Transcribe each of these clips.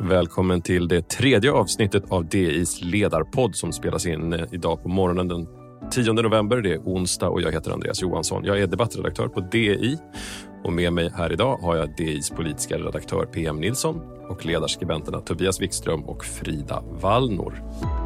Välkommen till det tredje avsnittet av DIs ledarpodd som spelas in idag på morgonen den 10 november. Det är onsdag och jag heter Andreas Johansson. Jag är debattredaktör på DI och med mig här idag har jag DIs politiska redaktör PM Nilsson och ledarskribenterna Tobias Wikström och Frida Wallnor.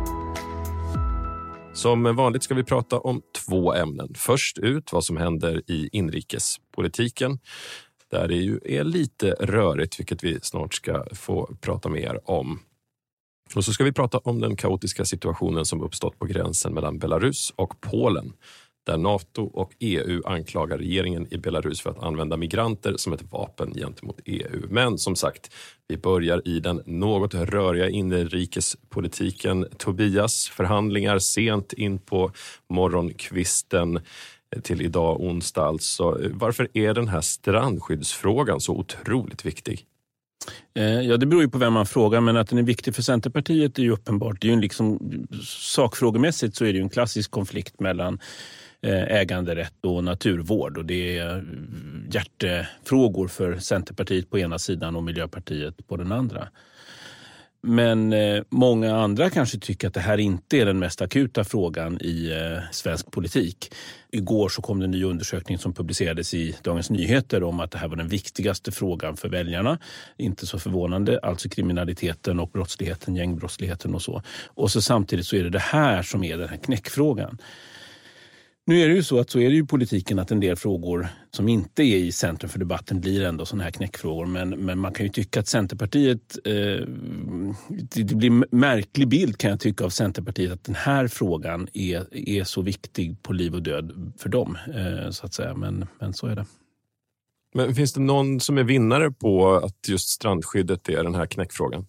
Som vanligt ska vi prata om två ämnen. Först ut vad som händer i inrikespolitiken. Där det ju är lite rörigt, vilket vi snart ska få prata mer om. Och så ska vi prata om den kaotiska situationen som uppstått på gränsen mellan Belarus och Polen. Där NATO och EU anklagar regeringen i Belarus för att använda migranter som ett vapen gentemot EU. Men som sagt, vi börjar i den något röriga inrikespolitiken. Tobias, förhandlingar sent in på morgonkvisten till idag onsdag alltså. Varför är den här strandskyddsfrågan så otroligt viktig? Ja, det beror ju på vem man frågar, men att den är viktig för Centerpartiet är ju uppenbart. Det är ju liksom, sakfrågemässigt så är det ju en klassisk konflikt mellan äganderätt och naturvård, och det är hjärtefrågor för Centerpartiet på ena sidan och Miljöpartiet på den andra. Men många andra kanske tycker att det här inte är den mest akuta frågan i svensk politik. Igår så kom det en ny undersökning som publicerades i Dagens Nyheter om att det här var den viktigaste frågan för väljarna. Inte så förvånande, alltså kriminaliteten och brottsligheten, gängbrottsligheten och så. Och så samtidigt så är det här som är den här knäckfrågan. Nu är det ju så att så är det ju politiken att en del frågor som inte är i centrum för debatten blir ändå sådana här knäckfrågor. Men man kan ju tycka att Centerpartiet, det blir en märklig bild kan jag tycka av Centerpartiet att den här frågan är så viktig på liv och död för dem så att säga. Men så är det. Men finns det någon som är vinnare på att just strandskyddet är den här knäckfrågan?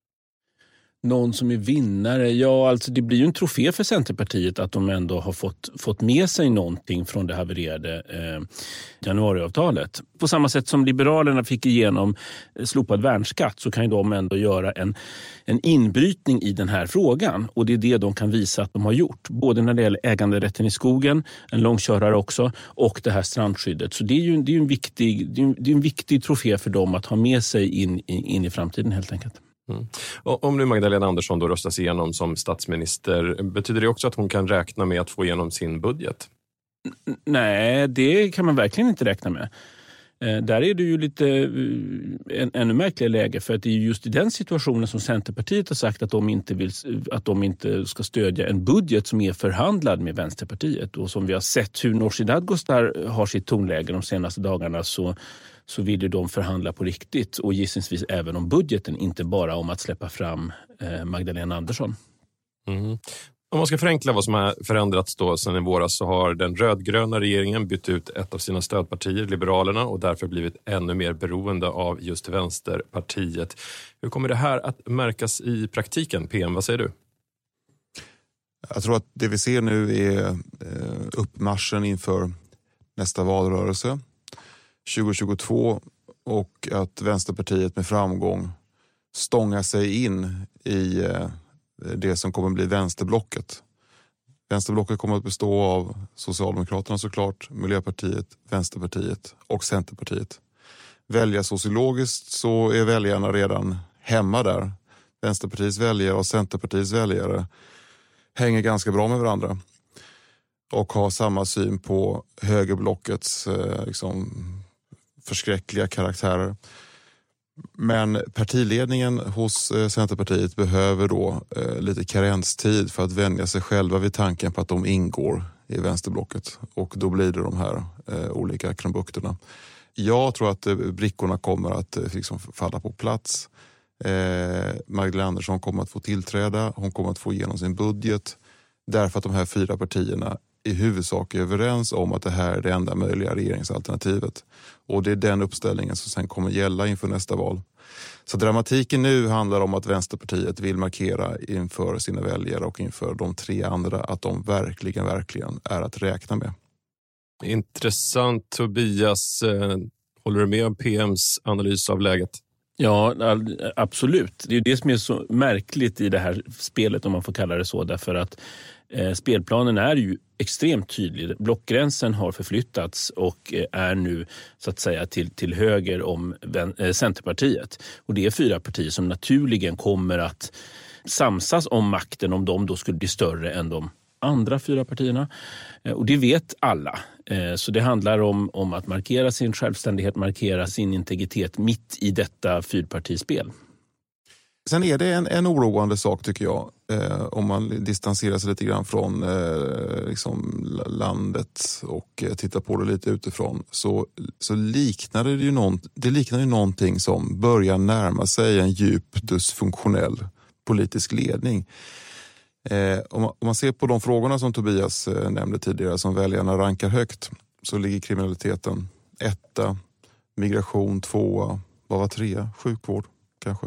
Någon som är vinnare? Ja, alltså det blir ju en trofé för Centerpartiet att de ändå har fått med sig någonting från det havererade januariavtalet. På samma sätt som Liberalerna fick igenom slopad värnskatt så kan ju de ändå göra en inbrytning i den här frågan. Och det är det de kan visa att de har gjort. Både när det gäller äganderätten i skogen, en långkörare också, och det här strandskyddet. Så det är ju en viktig trofé för dem att ha med sig in i framtiden helt enkelt. Mm. Och om nu Magdalena Andersson då röstas igenom som statsminister, betyder det också att hon kan räkna med att få igenom sin budget? Nej, det kan man verkligen inte räkna med. Där är det ju lite ännu märkligare läge, för att det är just i den situationen som Centerpartiet har sagt att de inte ska stödja en budget som är förhandlad med Vänsterpartiet. Och som vi har sett hur Nooshi Dadgostar har sitt tonläge de senaste dagarna så vill de förhandla på riktigt och gissningsvis även om budgeten, inte bara om att släppa fram Magdalena Andersson. Mm. Om man ska förenkla vad som har förändrats då sedan i våras så har den rödgröna regeringen bytt ut ett av sina stödpartier, Liberalerna, och därför blivit ännu mer beroende av just Vänsterpartiet. Hur kommer det här att märkas i praktiken? PM, vad säger du? Jag tror att det vi ser nu är uppmarschen inför nästa valrörelse 2022 och att Vänsterpartiet med framgång stångar sig in i det som kommer bli vänsterblocket. Vänsterblocket kommer att bestå av Socialdemokraterna såklart, Miljöpartiet, Vänsterpartiet och Centerpartiet. Välja sociologiskt så är väljarna redan hemma där. Vänsterpartiets väljare och Centerpartiets väljare hänger ganska bra med varandra och har samma syn på högerblockets förskräckliga karaktärer. Men partiledningen hos Centerpartiet behöver då lite karenstid för att vänja sig själva vid tanken på att de ingår i vänsterblocket. Och då blir det de här olika krumbukterna. Jag tror att brickorna kommer att falla på plats. Magdalena Andersson kommer att få tillträda. Hon kommer att få igenom sin budget. Därför att de här 4 partierna i huvudsak är överens om att det här är det enda möjliga regeringsalternativet. Och det är den uppställningen som sen kommer gälla inför nästa val. Så dramatiken nu handlar om att Vänsterpartiet vill markera inför sina väljare och inför de 3 andra att de verkligen är att räkna med. Intressant, Tobias. Håller du med om PMs analys av läget? Ja, absolut. Det är ju det som är så märkligt i det här spelet, om man får kalla det så, därför att spelplanen är ju extremt tydlig. Blockgränsen har förflyttats och är nu så att säga till höger om Centerpartiet. Och det är 4 partier som naturligen kommer att samsas om makten om de då skulle bli större än de andra 4 partierna. Och det vet alla. Så det handlar om att markera sin självständighet, markera sin integritet mitt i detta 4-partispel. Sen är det en oroande sak tycker jag, om man distanserar sig lite grann från liksom landet och tittar på det lite utifrån, så liknar det liknar ju någonting som börjar närma sig en djup dysfunktionell politisk ledning. Om man ser på de frågorna som Tobias nämnde tidigare, som väljarna rankar högt, så ligger kriminaliteten 1, migration 2, vad var 3, sjukvård kanske.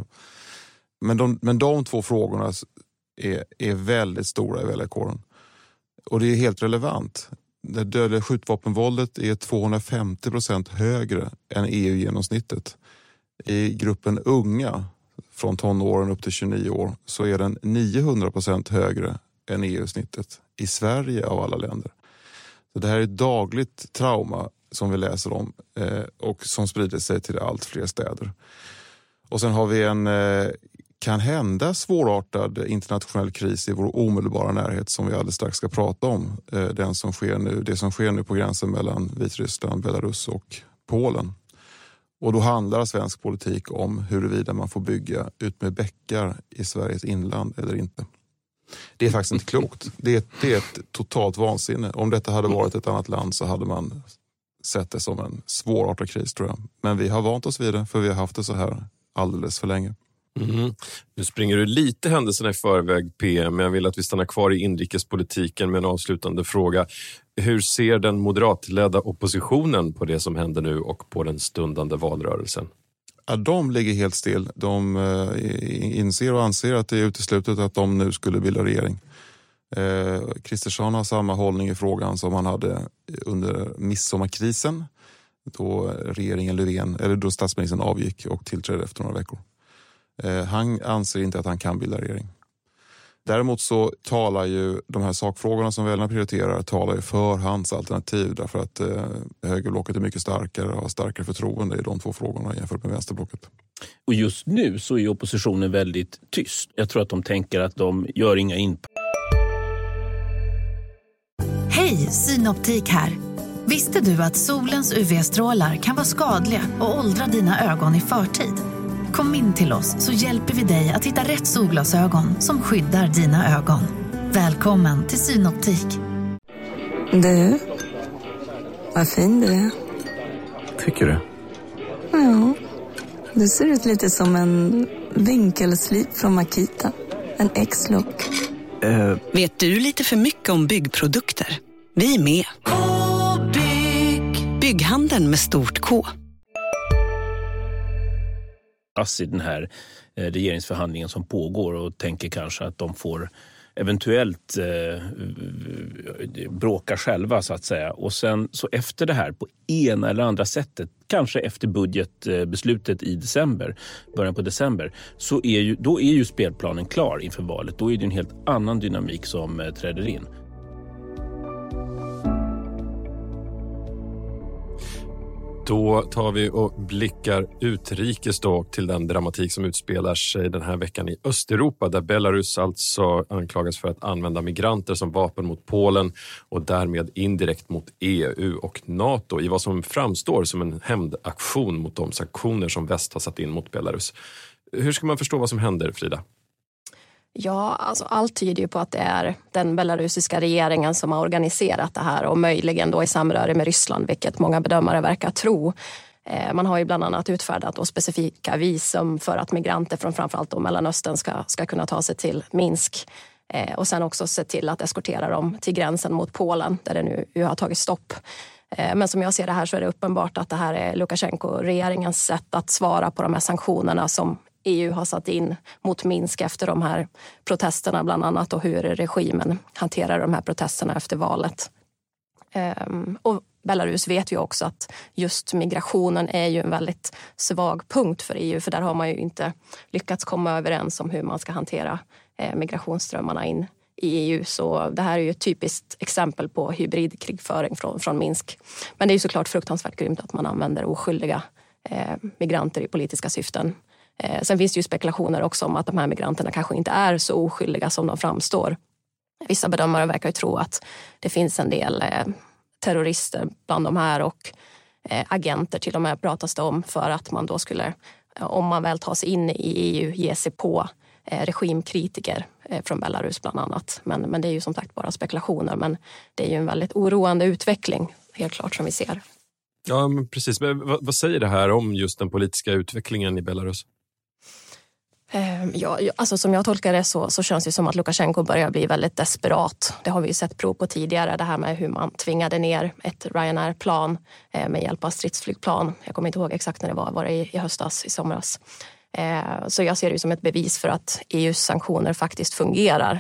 Men de 2 frågorna är väldigt stora i väljarkåren. Och det är helt relevant. Det dödliga skjutvapenvåldet är 250% högre än EU-genomsnittet. I gruppen unga, från tonåren upp till 29 år, så är den 900% högre än EU-snittet. I Sverige av alla länder. Så det här är ett dagligt trauma som vi läser om och som sprider sig till allt fler städer. Och sen har vi en kan hända svårartad internationell kris i vår omedelbara närhet som vi alldeles strax ska prata om. Det som sker nu på gränsen mellan Vitryssland, Belarus och Polen. Och då handlar svensk politik om huruvida man får bygga ut med bäckar i Sveriges inland eller inte. Det är faktiskt inte klokt. Det är ett totalt vansinne. Om detta hade varit ett annat land så hade man sett det som en svårartad kris, tror jag. Men vi har vant oss vid det, för vi har haft det så här alldeles för länge. Nu springer du lite händelserna i förväg, PM, men jag vill att vi stannar kvar i inrikespolitiken med en avslutande fråga. Hur ser den moderatledda oppositionen på det som händer nu och på den stundande valrörelsen? Ja, de ligger helt still. De inser och anser att det är uteslutet att de nu skulle bilda regering. Kristersson har samma hållning i frågan som han hade under midsommarkrisen, då regeringen Löfven, eller då statsministern avgick och tillträdde efter några veckor. Han anser inte att han kan bilda regering. Däremot så talar ju de här sakfrågorna som väljarna prioriterar talar ju för hans alternativ, därför att högerblocket är mycket starkare och har starkare förtroende i de 2 frågorna jämfört med vänsterblocket. Och just nu så är oppositionen väldigt tyst. Jag tror att de tänker att de gör inga Hej, Synoptik här. Visste du att solens UV-strålar kan vara skadliga och åldra dina ögon i förtid? Kom in till oss så hjälper vi dig att hitta rätt solglasögon som skyddar dina ögon. Välkommen till Synoptik. Du, vad fin du är. Tycker du? Ja, du ser ut lite som en vinkelslip från Makita. En X-look. Vet du lite för mycket om byggprodukter? Vi är med. Bygghandeln med stort K. i den här regeringsförhandlingen som pågår och tänker kanske att de får eventuellt bråka själva så att säga. Och sen så efter det här på ena eller andra sättet, kanske efter budgetbeslutet i december, början på december, så då är ju spelplanen klar inför valet. Då är det en helt annan dynamik som träder in. Då tar vi och blickar utrikes då till den dramatik som utspelar sig den här veckan i Östeuropa, där Belarus alltså anklagas för att använda migranter som vapen mot Polen och därmed indirekt mot EU och NATO i vad som framstår som en hämndaktion mot de sanktioner som väst har satt in mot Belarus. Hur ska man förstå vad som händer, Frida? Ja, alltså allt tyder ju på att det är den belarusiska regeringen som har organiserat det här och möjligen då i samröre med Ryssland, vilket många bedömare verkar tro. Man har ju bland annat utfärdat då specifika visum för att migranter från framförallt då Mellanöstern ska kunna ta sig till Minsk och sen också se till att eskortera dem till gränsen mot Polen där det nu har tagit stopp. Men som jag ser det här så är det uppenbart att det här är Lukasjenko-regeringens sätt att svara på de här sanktionerna som EU har satt in mot Minsk efter de här protesterna bland annat, och hur regimen hanterar de här protesterna efter valet. Och Belarus vet vi också att just migrationen är ju en väldigt svag punkt för EU, för där har man ju inte lyckats komma överens om hur man ska hantera migrationsströmmarna in i EU. Så det här är ju ett typiskt exempel på hybridkrigföring från Minsk. Men det är ju såklart fruktansvärt grymt att man använder oskyldiga migranter i politiska syften. Sen finns det ju spekulationer också om att de här migranterna kanske inte är så oskyldiga som de framstår. Vissa bedömare verkar ju tro att det finns en del terrorister bland de här och agenter till och med pratas det om, för att man då skulle, om man väl tar sig in i EU, ge sig på regimkritiker från Belarus bland annat. Men det är ju som sagt bara spekulationer, men det är ju en väldigt oroande utveckling helt klart som vi ser. Ja, men precis. Men vad säger det här om just den politiska utvecklingen i Belarus? Ja, alltså som jag tolkar det så känns det som att Lukasjenko börjar bli väldigt desperat. Det har vi ju sett prov på tidigare, det här med hur man tvingade ner ett Ryanair-plan med hjälp av stridsflygplan. Jag kommer inte ihåg exakt när det var det i höstas, i somras. Så jag ser det som ett bevis för att EUs sanktioner faktiskt fungerar.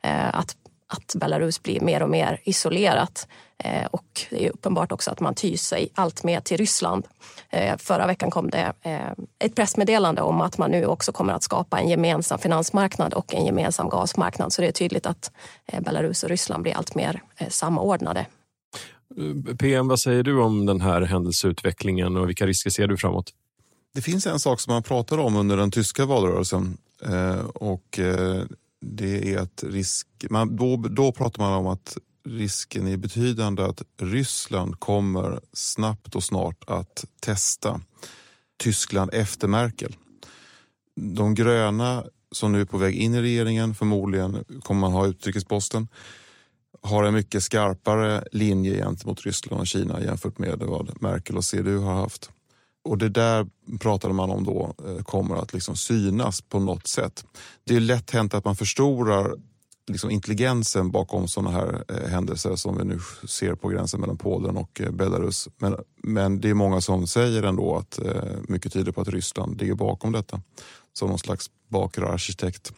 Att Belarus blir mer och mer isolerat. Och det är uppenbart också att man tyr sig allt mer till Ryssland. Förra veckan kom det ett pressmeddelande om att man nu också kommer att skapa en gemensam finansmarknad och en gemensam gasmarknad. Så det är tydligt att Belarus och Ryssland blir allt mer samordnade. PM, vad säger du om den här händelseutvecklingen och vilka risker ser du framåt? Det finns en sak som man pratar om under den tyska valrörelsen och det är att då pratar man om att risken är betydande att Ryssland kommer snabbt och snart att testa Tyskland efter Merkel. De gröna som nu är på väg in i regeringen, förmodligen kommer man ha utrikesposten, har en mycket skarpare linje gentemot Ryssland och Kina jämfört med vad Merkel och CDU har haft. Och det där pratade man om då kommer att liksom synas på något sätt. Det är lätt hänt att man förstorar liksom intelligensen bakom sådana här händelser som vi nu ser på gränsen mellan Polen och Belarus. Men det är många som säger ändå att mycket tyder på att Ryssland ligger bakom detta som någon slags bakre arkitekt.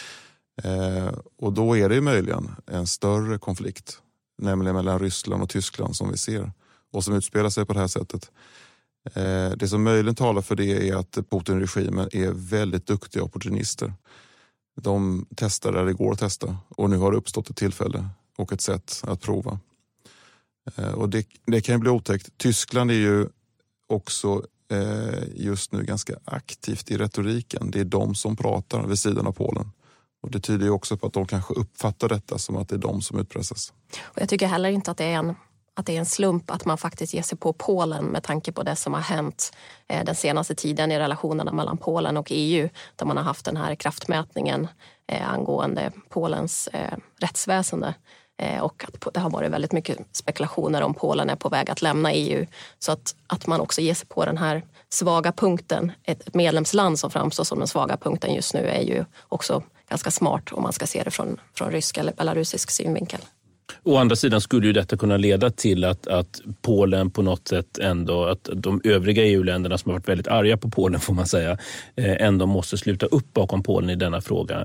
Och då är det möjligen en större konflikt, nämligen mellan Ryssland och Tyskland som vi ser och som utspelar sig på det här sättet. Det som möjligen talar för det är att Putin-regimen är väldigt duktiga opportunister. De testar där det går att testa och nu har det uppstått ett tillfälle och ett sätt att prova. Och det kan ju bli otäckt. Tyskland är ju också just nu ganska aktivt i retoriken. Det är de som pratar vid sidan av Polen. Och det tyder ju också på att de kanske uppfattar detta som att det är de som utpressas. Och jag tycker heller inte att det är en slump att man faktiskt ger sig på Polen med tanke på det som har hänt den senaste tiden i relationerna mellan Polen och EU, där man har haft den här kraftmätningen angående Polens rättsväsende. Och att det har varit väldigt mycket spekulationer om Polen är på väg att lämna EU. Så att man också ger sig på den här svaga punkten, ett medlemsland som framstår som den svaga punkten just nu, är ju också ganska smart om man ska se det från rysk eller belarusisk synvinkel. Å andra sidan skulle ju detta kunna leda till att Polen på något sätt ändå, att de övriga EU-länderna som har varit väldigt arga på Polen får man säga, ändå måste sluta upp bakom Polen i denna fråga.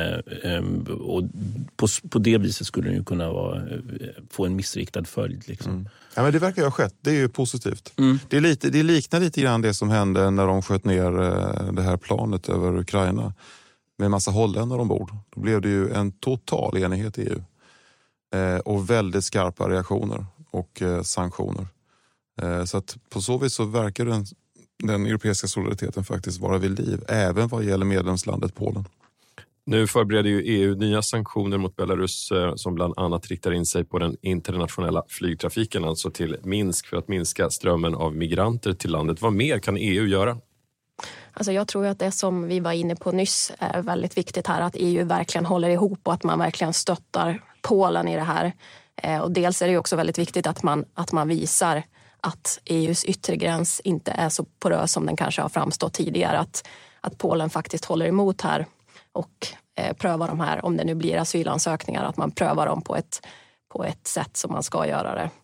Och på det viset skulle det ju kunna få en missriktad följd. Liksom. Mm. Ja, men det verkar ju ha skett. Det är ju positivt. Mm. Det liknar lite grann det som hände när de sköt ner det här planet över Ukraina med en massa holländare ombord. Då blev det ju en total enighet i EU. Och väldigt skarpa reaktioner och sanktioner. Så att på så vis så verkar den europeiska solidariteten faktiskt vara vid liv, även vad gäller medlemslandet Polen. Nu förbereder ju EU nya sanktioner mot Belarus som bland annat riktar in sig på den internationella flygtrafiken, alltså till Minsk, för att minska strömmen av migranter till landet. Vad mer kan EU göra? Alltså jag tror att det som vi var inne på nyss är väldigt viktigt här, att EU verkligen håller ihop och att man verkligen stöttar Polen i det här. Och dels är det också väldigt viktigt att man visar att EUs yttre gräns inte är så porös som den kanske har framstått tidigare. Att Polen faktiskt håller emot här och prövar de här, om det nu blir asylansökningar, att man prövar dem på ett sätt som man ska göra det.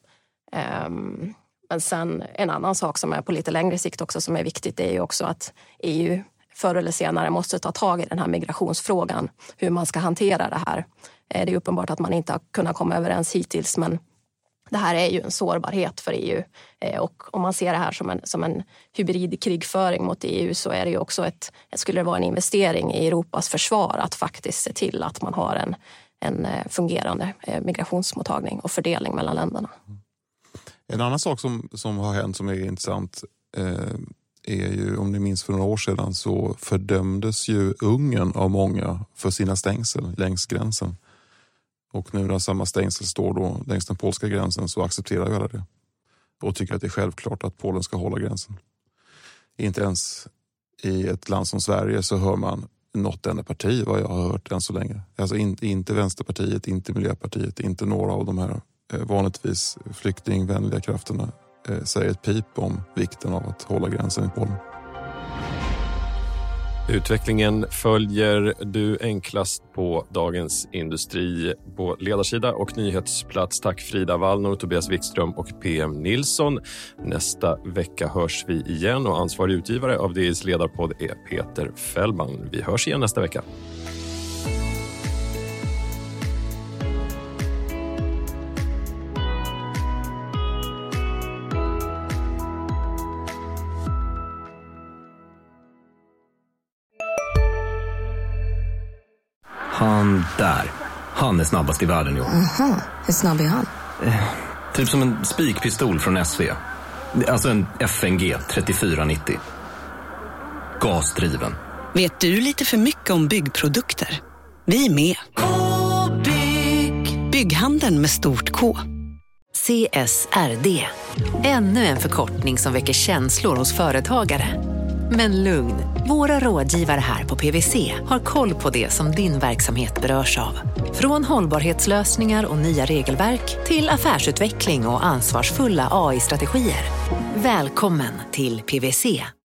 Men sen en annan sak som är på lite längre sikt också som är viktigt, är ju också att EU förr eller senare måste ta tag i den här migrationsfrågan, hur man ska hantera det här. Det är uppenbart att man inte har kunnat komma överens hittills, men Det här är ju en sårbarhet för EU och om man ser det här som en hybridkrigföring mot EU så är det ju också skulle det vara en investering i Europas försvar att faktiskt se till att man har en fungerande migrationsmottagning och fördelning mellan länderna. En annan sak som har hänt som är intressant är ju, om ni minns för några år sedan så fördömdes ju Ungern av många för sina stängsel längs gränsen. Och nu när samma stängsel står då längs den polska gränsen så accepterar ju alla det. Och tycker att det är självklart att Polen ska hålla gränsen. Inte ens i ett land som Sverige så hör man något enda parti vad jag har hört än så länge. Alltså inte Vänsterpartiet, inte Miljöpartiet, inte några av de här vanligtvis flyktingvänliga krafterna säger ett pip om vikten av att hålla gränsen i Polen. Utvecklingen följer du enklast på Dagens Industri på ledarsida och nyhetsplats. Tack Frida Wallner, Tobias Wikström och PM Nilsson. Nästa vecka hörs vi igen och ansvarig utgivare av DIs ledarpodd är Peter Fällman. Vi hörs igen nästa vecka. Han där. Han är snabbast i världen, jo. Aha, hur snabb är han? Typ som en spikpistol från SV. Alltså en FNG 3490. Gasdriven. Vet du lite för mycket om byggprodukter? Vi är med. Bygghandeln med stort K. CSRD. Ännu en förkortning som väcker känslor hos företagare. Men lugn, våra rådgivare här på PwC har koll på det som din verksamhet berörs av. Från hållbarhetslösningar och nya regelverk till affärsutveckling och ansvarsfulla AI-strategier. Välkommen till PwC.